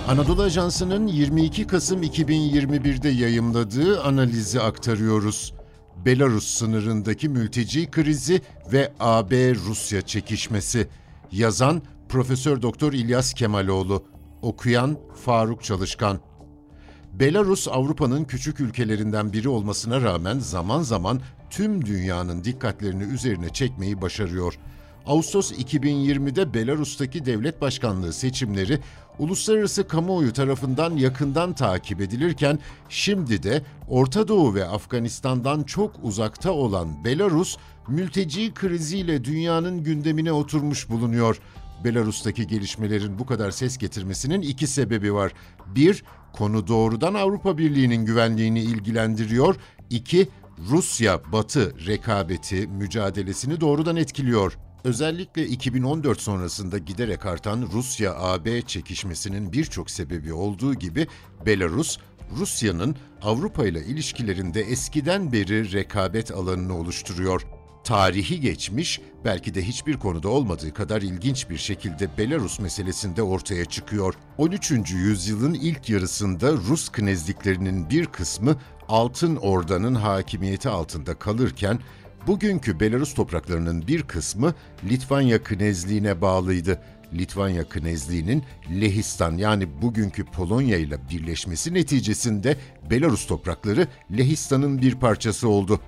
Anadolu Ajansı'nın 22 Kasım 2021'de yayımladığı analizi aktarıyoruz. Belarus sınırındaki mülteci krizi ve AB-Rusya çekişmesi. Yazan Profesör Doktor İlyas Kemaloğlu, okuyan Faruk Çalışkan. Belarus, Avrupa'nın küçük ülkelerinden biri olmasına rağmen zaman zaman tüm dünyanın dikkatlerini üzerine çekmeyi başarıyor. Ağustos 2020'de Belarus'taki devlet başkanlığı seçimleri uluslararası kamuoyu tarafından yakından takip edilirken şimdi de Orta Doğu ve Afganistan'dan çok uzakta olan Belarus, mülteci kriziyle dünyanın gündemine oturmuş bulunuyor. Belarus'taki gelişmelerin bu kadar ses getirmesinin iki sebebi var. 1. Konu doğrudan Avrupa Birliği'nin güvenliğini ilgilendiriyor. 2. Rusya-Batı rekabeti, mücadelesini doğrudan etkiliyor. Özellikle 2014 sonrasında giderek artan Rusya-AB çekişmesinin birçok sebebi olduğu gibi Belarus, Rusya'nın Avrupa ile ilişkilerinde eskiden beri rekabet alanını oluşturuyor. Tarihi geçmiş, belki de hiçbir konuda olmadığı kadar ilginç bir şekilde Belarus meselesinde ortaya çıkıyor. 13. yüzyılın ilk yarısında Rus knezliklerinin bir kısmı Altın Orda'nın hakimiyeti altında kalırken, bugünkü Belarus topraklarının bir kısmı Litvanya knezliğine bağlıydı. Litvanya knezliğinin Lehistan yani bugünkü Polonya ile birleşmesi neticesinde Belarus toprakları Lehistan'ın bir parçası oldu.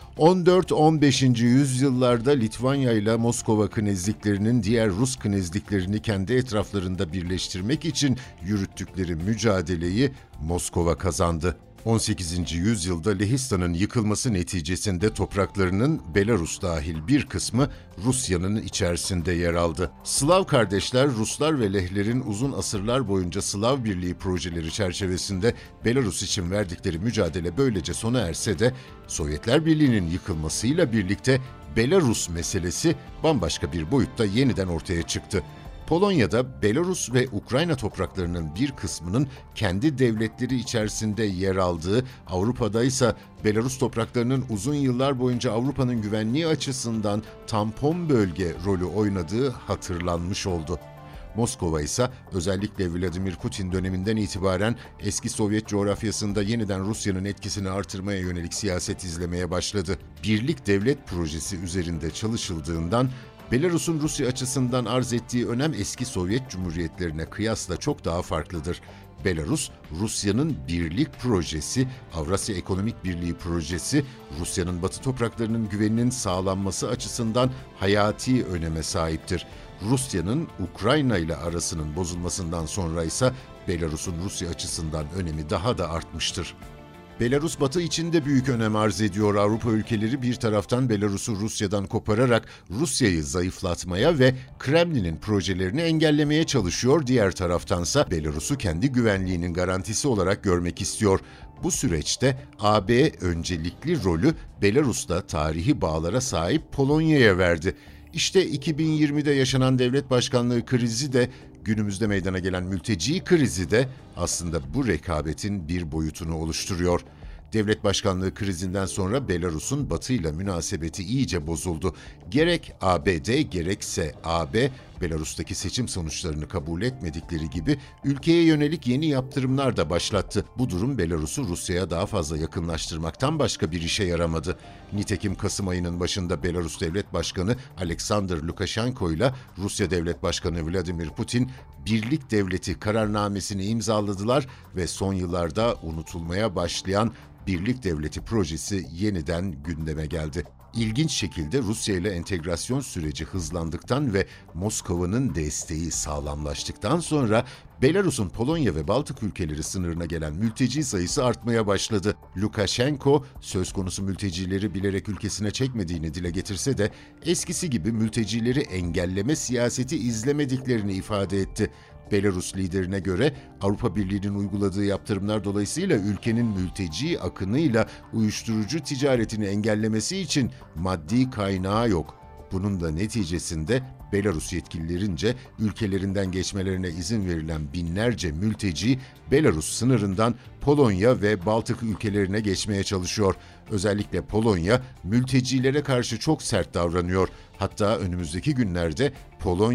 14-15. yüzyıllarda Litvanya ile Moskova knezliklerinin diğer Rus knezliklerini kendi etraflarında birleştirmek için yürüttükleri mücadeleyi Moskova kazandı. 18. yüzyılda Lehistan'ın yıkılması neticesinde topraklarının Belarus dahil bir kısmı Rusya'nın içerisinde yer aldı. Slav kardeşler, Ruslar ve Lehlerin uzun asırlar boyunca Slav Birliği projeleri çerçevesinde Belarus için verdikleri mücadele böylece sona erse de Sovyetler Birliği'nin yıkılmasıyla birlikte Belarus meselesi bambaşka bir boyutta yeniden ortaya çıktı. Polonya'da Belarus ve Ukrayna topraklarının bir kısmının kendi devletleri içerisinde yer aldığı, Avrupa'da ise Belarus topraklarının uzun yıllar boyunca Avrupa'nın güvenliği açısından tampon bölge rolü oynadığı hatırlanmış oldu. Moskova ise özellikle Vladimir Putin döneminden itibaren eski Sovyet coğrafyasında yeniden Rusya'nın etkisini artırmaya yönelik siyaset izlemeye başladı. Birlik devlet projesi üzerinde çalışıldığından Belarus'un Rusya açısından arz ettiği önem eski Sovyet Cumhuriyetlerine kıyasla çok daha farklıdır. Belarus, Rusya'nın birlik projesi, Avrasya Ekonomik Birliği projesi, Rusya'nın batı topraklarının güveninin sağlanması açısından hayati öneme sahiptir. Rusya'nın Ukrayna ile arasının bozulmasından sonra ise Belarus'un Rusya açısından önemi daha da artmıştır. Belarus Batı için de büyük önem arz ediyor. Avrupa ülkeleri bir taraftan Belarus'u Rusya'dan kopararak Rusya'yı zayıflatmaya ve Kremlin'in projelerini engellemeye çalışıyor. Diğer taraftansa Belarus'u kendi güvenliğinin garantisi olarak görmek istiyor. Bu süreçte AB öncelikli rolü Belarus'ta tarihi bağlara sahip Polonya'ya verdi. İşte 2020'de yaşanan devlet başkanlığı krizi de günümüzde meydana gelen mülteci krizi de aslında bu rekabetin bir boyutunu oluşturuyor. Devlet başkanlığı krizinden sonra Belarus'un Batı ile münasebeti iyice bozuldu. Gerek ABD gerekse AB, Belarus'taki seçim sonuçlarını kabul etmedikleri gibi ülkeye yönelik yeni yaptırımlar da başlattı. Bu durum Belarus'u Rusya'ya daha fazla yakınlaştırmaktan başka bir işe yaramadı. Nitekim Kasım ayının başında Belarus Devlet Başkanı Alexander Lukashenko ile Rusya Devlet Başkanı Vladimir Putin Birlik Devleti kararnamesini imzaladılar ve son yıllarda unutulmaya başlayan Birlik Devleti projesi yeniden gündeme geldi. İlginç şekilde Rusya ile entegrasyon süreci hızlandıktan ve Moskova'nın desteği sağlamlaştıktan sonra Belarus'un Polonya ve Baltık ülkeleri sınırına gelen mülteci sayısı artmaya başladı. Lukashenko söz konusu mültecileri bilerek ülkesine çekmediğini dile getirse de eskisi gibi mültecileri engelleme siyaseti izlemediklerini ifade etti. Belarus liderine göre Avrupa Birliği'nin uyguladığı yaptırımlar dolayısıyla ülkenin mülteci akınıyla uyuşturucu ticaretini engellemesi için maddi kaynağı yok. Bunun da neticesinde Belarus yetkililerince ülkelerinden geçmelerine izin verilen binlerce mülteci Belarus sınırından Polonya ve Baltık ülkelerine geçmeye çalışıyor. Özellikle Polonya mültecilere karşı çok sert davranıyor. Hatta önümüzdeki günlerde Polonya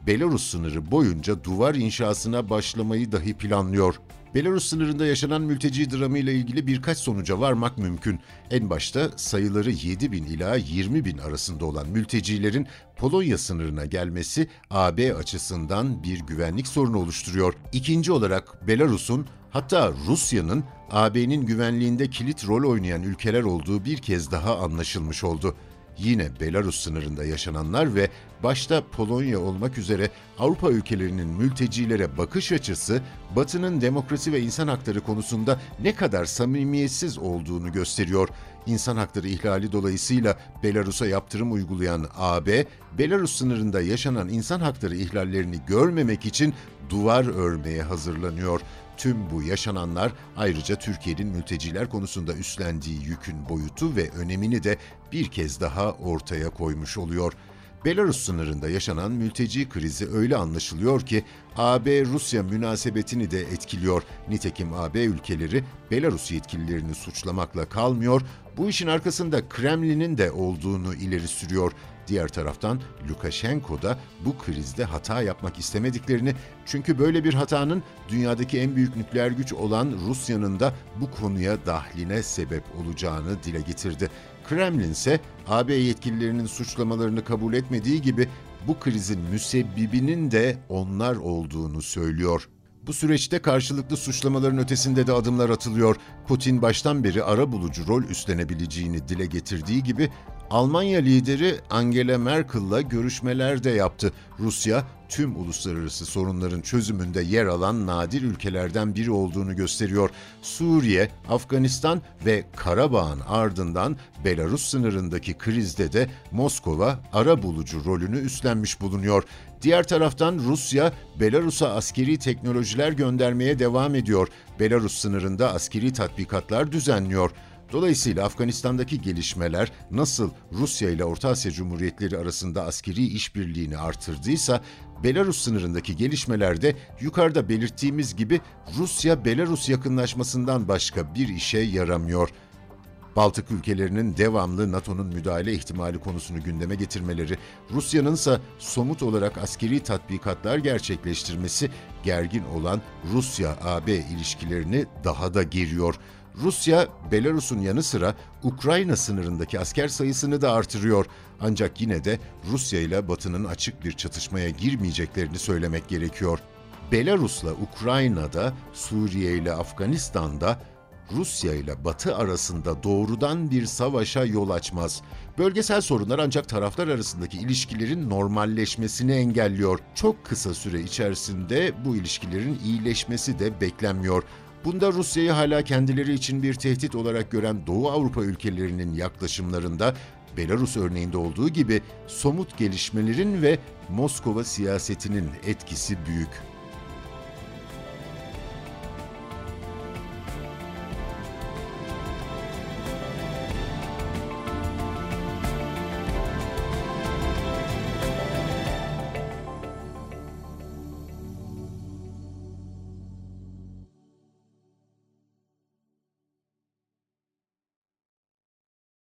Belarus sınırı boyunca duvar inşasına başlamayı dahi planlıyor. Belarus sınırında yaşanan mülteci dramıyla ilgili birkaç sonuca varmak mümkün. En başta sayıları 7 bin ila 20 bin arasında olan mültecilerin Polonya sınırına gelmesi AB açısından bir güvenlik sorunu oluşturuyor. İkinci olarak Belarus'un, hatta Rusya'nın AB'nin güvenliğinde kilit rol oynayan ülkeler olduğu bir kez daha anlaşılmış oldu. Yine Belarus sınırında yaşananlar ve başta Polonya olmak üzere Avrupa ülkelerinin mültecilere bakış açısı, Batı'nın demokrasi ve insan hakları konusunda ne kadar samimiyetsiz olduğunu gösteriyor. İnsan hakları ihlali dolayısıyla Belarus'a yaptırım uygulayan AB, Belarus sınırında yaşanan insan hakları ihlallerini görmemek için duvar örmeye hazırlanıyor. Tüm bu yaşananlar ayrıca Türkiye'nin mülteciler konusunda üstlendiği yükün boyutu ve önemini de bir kez daha ortaya koymuş oluyor. Belarus sınırında yaşanan mülteci krizi öyle anlaşılıyor ki AB-Rusya münasebetini de etkiliyor. Nitekim AB ülkeleri Belarus yetkililerini suçlamakla kalmıyor, bu işin arkasında Kremlin'in de olduğunu ileri sürüyor. Diğer taraftan Lukashenko da bu krizde hata yapmak istemediklerini, çünkü böyle bir hatanın dünyadaki en büyük nükleer güç olan Rusya'nın da bu konuya dahline sebep olacağını dile getirdi. Kremlin ise AB yetkililerinin suçlamalarını kabul etmediği gibi bu krizin müsebbibinin de onlar olduğunu söylüyor. Bu süreçte karşılıklı suçlamaların ötesinde de adımlar atılıyor. Putin baştan beri arabulucu rol üstlenebileceğini dile getirdiği gibi Almanya lideri Angela Merkel'la görüşmeler de yaptı. Rusya, tüm uluslararası sorunların çözümünde yer alan nadir ülkelerden biri olduğunu gösteriyor. Suriye, Afganistan ve Karabağ'ın ardından Belarus sınırındaki krizde de Moskova arabulucu rolünü üstlenmiş bulunuyor. Diğer taraftan Rusya, Belarus'a askeri teknolojiler göndermeye devam ediyor. Belarus sınırında askeri tatbikatlar düzenliyor. Dolayısıyla Afganistan'daki gelişmeler nasıl Rusya ile Orta Asya Cumhuriyetleri arasında askeri işbirliğini artırdıysa, Belarus sınırındaki gelişmeler de yukarıda belirttiğimiz gibi Rusya-Belarus yakınlaşmasından başka bir işe yaramıyor. Baltık ülkelerinin devamlı NATO'nun müdahale ihtimali konusunu gündeme getirmeleri, Rusya'nın ise somut olarak askeri tatbikatlar gerçekleştirmesi gergin olan Rusya-AB ilişkilerini daha da geriyor. Rusya, Belarus'un yanı sıra Ukrayna sınırındaki asker sayısını da artırıyor. Ancak yine de Rusya ile Batı'nın açık bir çatışmaya girmeyeceklerini söylemek gerekiyor. Belarus'la Ukrayna'da, Suriye ile Afganistan'da, Rusya ile Batı arasında doğrudan bir savaşa yol açmaz. Bölgesel sorunlar ancak taraflar arasındaki ilişkilerin normalleşmesini engelliyor. Çok kısa süre içerisinde bu ilişkilerin iyileşmesi de beklenmiyor. Bunda Rusya'yı hala kendileri için bir tehdit olarak gören Doğu Avrupa ülkelerinin yaklaşımlarında, Belarus örneğinde olduğu gibi somut gelişmelerin ve Moskova siyasetinin etkisi büyük.